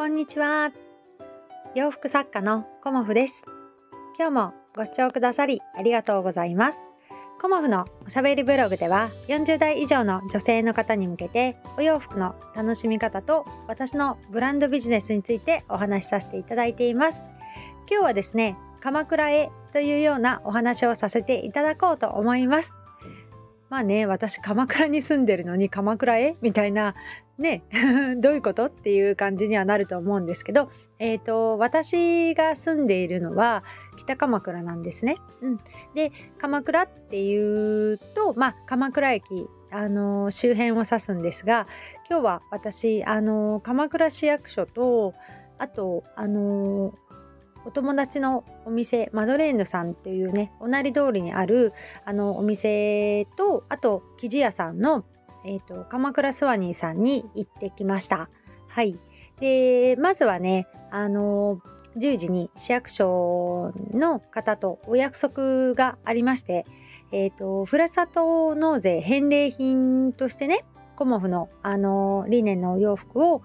んにちは。洋服作家のコモフです。今日もご視聴くださりありがとうございます。コモフのおしゃべりブログでは40代以上の女性の方に向けてお洋服の楽しみ方と私のブランドビジネスについてお話しさせていただいています。今日はですね、鎌倉へというようなお話をさせていただこうと思います。私鎌倉に住んでるのに鎌倉へみたいなねどういうことっていう感じにはなると思うんですけど、私が住んでいるのは北鎌倉なんですね。で、鎌倉っていうと、鎌倉駅周辺を指すんですが、今日は私鎌倉市役所と、あとお友達のお店マドレーヌさんっていうね、おなり通りにあるお店と、あと生地屋さんの、鎌倉スワニーさんに行ってきました。はい。で、まずはね、10時に市役所の方とお約束がありまして、ふるさと納税返礼品としてね、コモフのリネンのお洋服を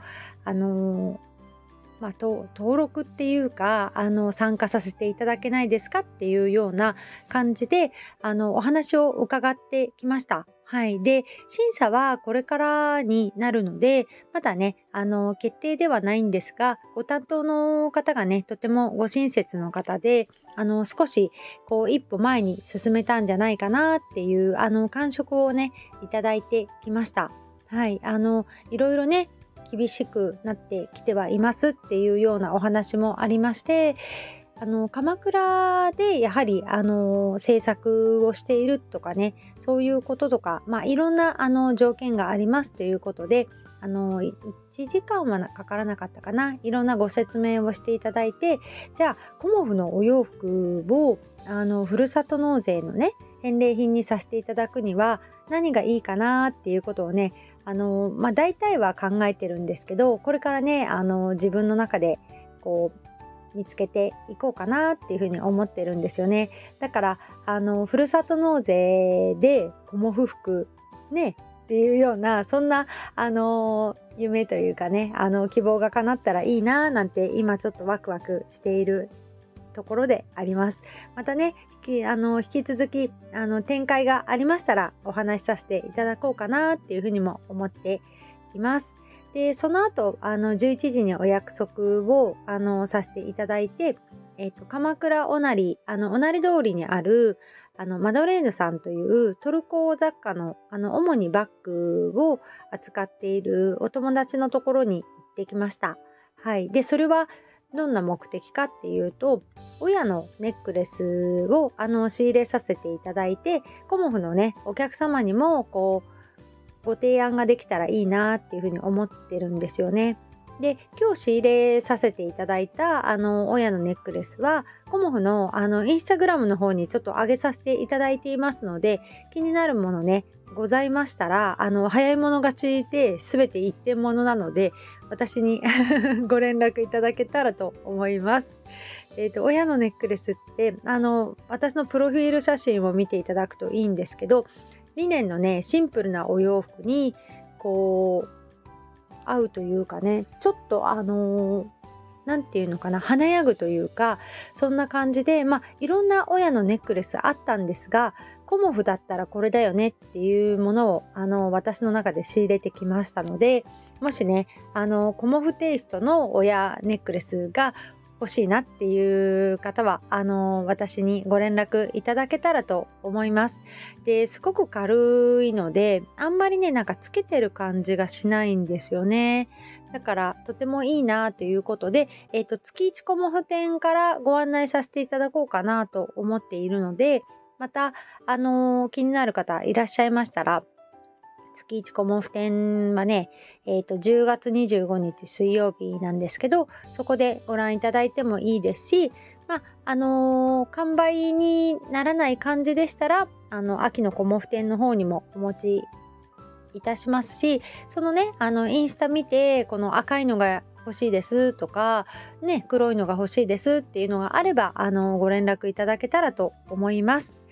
登録っていうか参加させていただけないですかっていうような感じでお話を伺ってきました。はい。で、審査はこれからになるのでまだね決定ではないんですが、ご担当の方がねとてもご親切の方で少し一歩前に進めたんじゃないかなっていう感触をねいただいてきました。はい。いろいろね厳しくなってきてはいますっていうようなお話もありまして、鎌倉でやはり制作をしているとかね、そういうこととか、いろんな条件がありますということで1時間はかからなかったかな、いろんなご説明をしていただいて、じゃあコモフのお洋服をふるさと納税のね返礼品にさせていただくには何がいいかなっていうことをね大体は考えてるんですけど、これからね自分の中で見つけていこうかなっていうふうに思ってるんですよね。だからふるさと納税でコモフ服ねっていうような、そんな夢というかね希望が叶ったらいいななんて今ちょっとワクワクしているところであります。またね引き続き展開がありましたらお話しさせていただこうかなっていうふうにも思っています。で、その後11時にお約束をさせていただいて、鎌倉おなりおなり通りにあるマドレーヌさんというトルコ雑貨の主にバッグを扱っているお友達のところに行ってきました。はい。で、それはどんな目的かっていうと、親のネックレスを仕入れさせていただいて、コモフのねお客様にもご提案ができたらいいなっていうふうに思ってるんですよね。で、今日仕入れさせていただいた親のネックレスはコモフのインスタグラムの方にちょっと上げさせていただいていますので、気になるものねございましたら早い者勝ちで全て一点物なので私にご連絡いただけたらと思います。親のネックレスって私のプロフィール写真を見ていただくといいんですけど、リネンのねシンプルなお洋服に合うというかね、ちょっとなんていうのかな、華やぐというか、そんな感じでいろんな親のネックレスあったんですが、コモフだったらこれだよねっていうものを私の中で仕入れてきましたので、もしねコモフテイストの親ネックレスが欲しいなっていう方は私にご連絡いただけたらと思います。で、すごく軽いのであんまりねつけてる感じがしないんですよね。だからとてもいいなということで、月1コモフ店からご案内させていただこうかなと思っているので、また気になる方いらっしゃいましたら、月1コモフ展はね、10月25日水曜日なんですけど、そこでご覧いただいてもいいですし、完売にならない感じでしたら秋のコモフ展の方にもお持ちいたしますし、そのねインスタ見てこの赤いのが欲しいですとかね、黒いのが欲しいですっていうのがあればご連絡いただけたらと思います。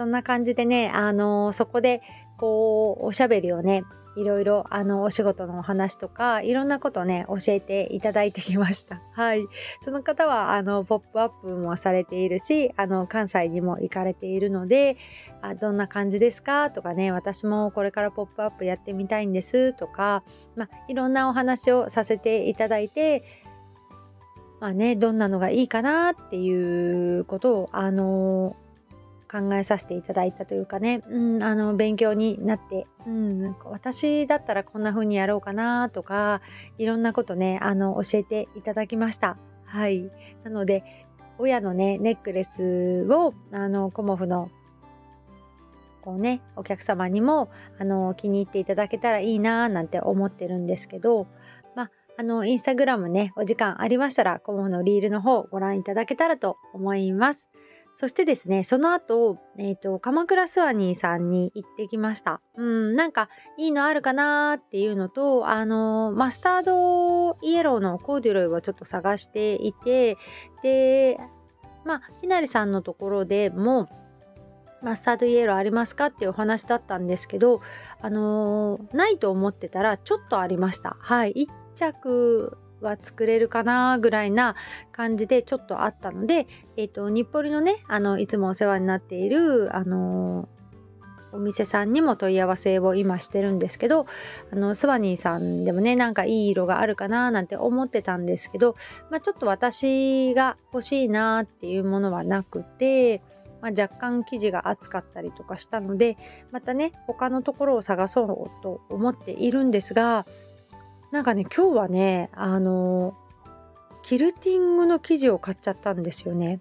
そんな感じでね、そこでこうおしゃべりをね、いろいろお仕事のお話とかいろんなことね教えていただいてきました。はい。その方はポップアップもされているし、関西にも行かれているので、どんな感じですかとかね、私もこれからポップアップやってみたいんですとか、いろんなお話をさせていただいて、どんなのがいいかなっていうことを考えさせていただいたというかね、勉強になって、なんか私だったらこんな風にやろうかなとか、いろんなことね、教えていただきました。はい。なので、親のね、ネックレスを、コモフの、こうね、お客様にも、気に入っていただけたらいいななんて思ってるんですけど、インスタグラムね、お時間ありましたら、コモフのリールの方ご覧いただけたらと思います。そしてですね、その後、鎌倉スワニーさんに行ってきました。なんかいいのあるかなっていうのと、マスタードイエローのコーデュロイをちょっと探していて、で、ひなりさんのところでも、マスタードイエローありますかっていうお話だったんですけど、ないと思ってたらちょっとありました。はい。1着は作れるかなぐらいな感じでちょっとあったので、日暮里のね、いつもお世話になっている、お店さんにも問い合わせを今してるんですけど、スワニーさんでもね、なんかいい色があるかななんて思ってたんですけど、ちょっと私が欲しいなっていうものはなくて、若干生地が厚かったりとかしたので、またね、他のところを探そうと思っているんですが、なんかね、今日はね、キルティングの生地を買っちゃったんですよね。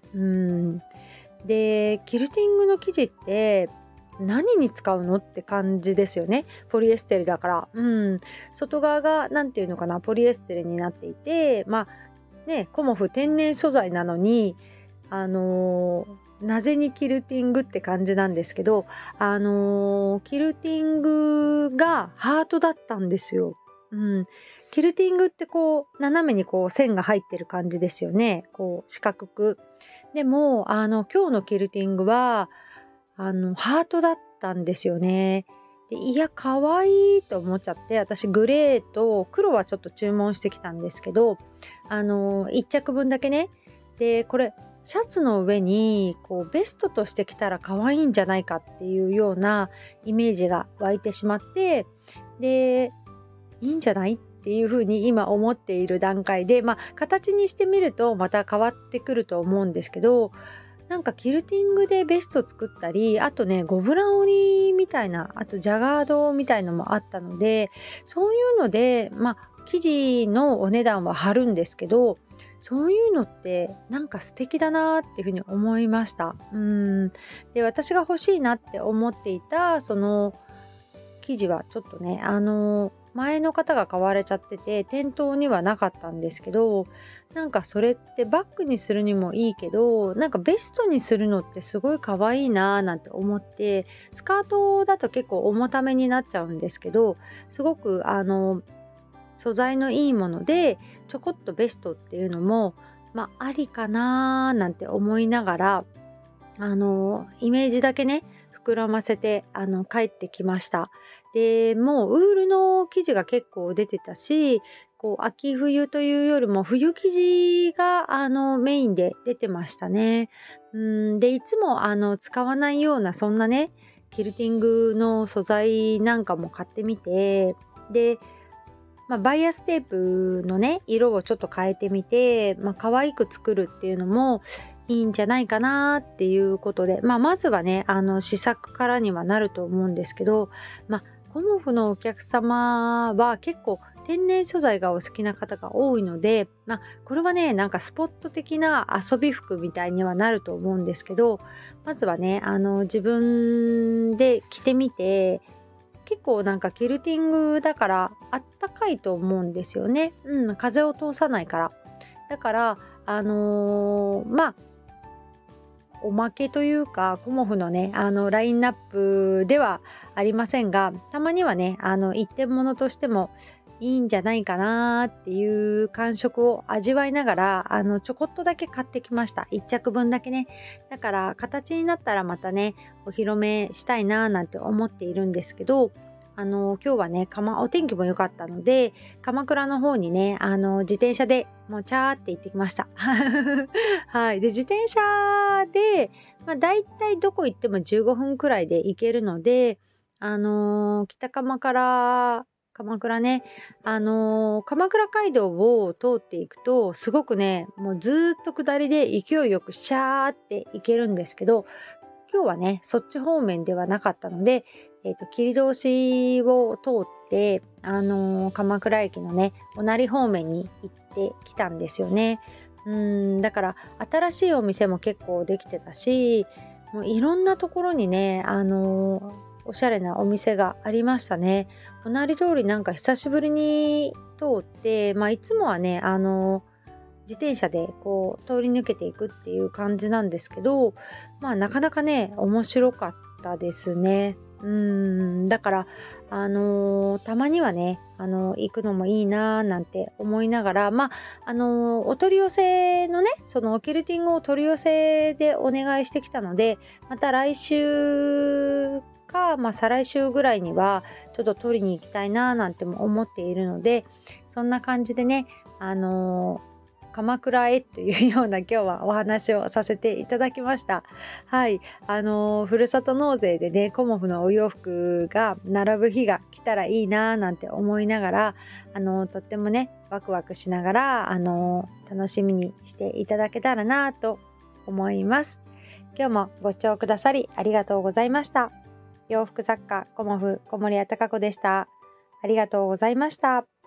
で、キルティングの生地って何に使うのって感じですよね。ポリエステルだから。外側がなんていうのかな、ポリエステルになっていて、コモフ天然素材なのに、なぜにキルティングって感じなんですけど、キルティングがハートだったんですよ。キルティングってこう斜めにこう線が入ってる感じですよね。こう四角く。でも今日のキルティングはハートだったんですよね。で、いや可愛いと思っちゃって、私グレーと黒はちょっと注文してきたんですけど、1着分だけね。でこれシャツの上にこうベストとして着たら可愛いんじゃないかっていうようなイメージが湧いてしまって、でいいんじゃないっていうふうに今思っている段階で、形にしてみるとまた変わってくると思うんですけど、なんかキルティングでベスト作ったり、あとねゴブラン織りみたいな、あとジャガードみたいのもあったので、そういうので生地のお値段は張るんですけど、そういうのってなんか素敵だなっていうふうに思いました。で、私が欲しいなって思っていたその生地はちょっとね、前の方が買われちゃってて店頭にはなかったんですけど、なんかそれってバッグにするにもいいけど、なんかベストにするのってすごい可愛いなーなんて思って、スカートだと結構重ためになっちゃうんですけど、すごく素材のいいものでちょこっとベストっていうのもありかなーなんて思いながら、イメージだけね膨らませて帰ってきました。でもうウールの生地が結構出てたし、こう秋冬というよりも冬生地がメインで出てましたね。でいつも使わないようなそんなねキルティングの素材なんかも買ってみて、でバイアステープのね色をちょっと変えてみて、可愛く作るっていうのもいいんじゃないかなっていうことで、まずはね試作からにはなると思うんですけど、コモフのお客様は結構天然素材がお好きな方が多いので、これはねなんかスポット的な遊び服みたいにはなると思うんですけど、まずはね自分で着てみて、結構なんかキルティングだからあったかいと思うんですよね。風を通さないから。だからおまけというかコモフのねラインナップではありませんが、たまにはね一点物としてもいいんじゃないかなっていう感触を味わいながらちょこっとだけ買ってきました。1着分だけね。だから形になったらまたねお披露目したいななんて思っているんですけど、今日はねお天気も良かったので鎌倉の方にね自転車でもうチャーって行ってきました。はい。で自転車で、だいたいどこ行っても15分くらいで行けるので北鎌倉ね、鎌倉街道を通っていくとすごくねもうずっと下りで勢いよくシャーって行けるんですけど、今日はねそっち方面ではなかったので、切通しを通って鎌倉駅のねお成方面に行ってきたんですよね。だから新しいお店も結構できてたし、もういろんなところにねおしゃれなお店がありましたね。おなり通りなんか久しぶりに通って、いつもはね自転車でこう通り抜けていくっていう感じなんですけど、なかなかね面白かったですね。だからたまにはね行くのもいいなーなんて思いながら、お取り寄せのねそのキルティングを取り寄せでお願いしてきたので、また来週か、再来週ぐらいにはちょっと取りに行きたいななんても思っているので、そんな感じでね鎌倉へというような今日はお話をさせていただきました。はい。ふるさと納税でねコモフのお洋服が並ぶ日が来たらいいななんて思いながらとってもねワクワクしながら楽しみにしていただけたらなと思います。今日もご視聴くださりありがとうございました。洋服作家コモフ小森屋隆子でした。ありがとうございました。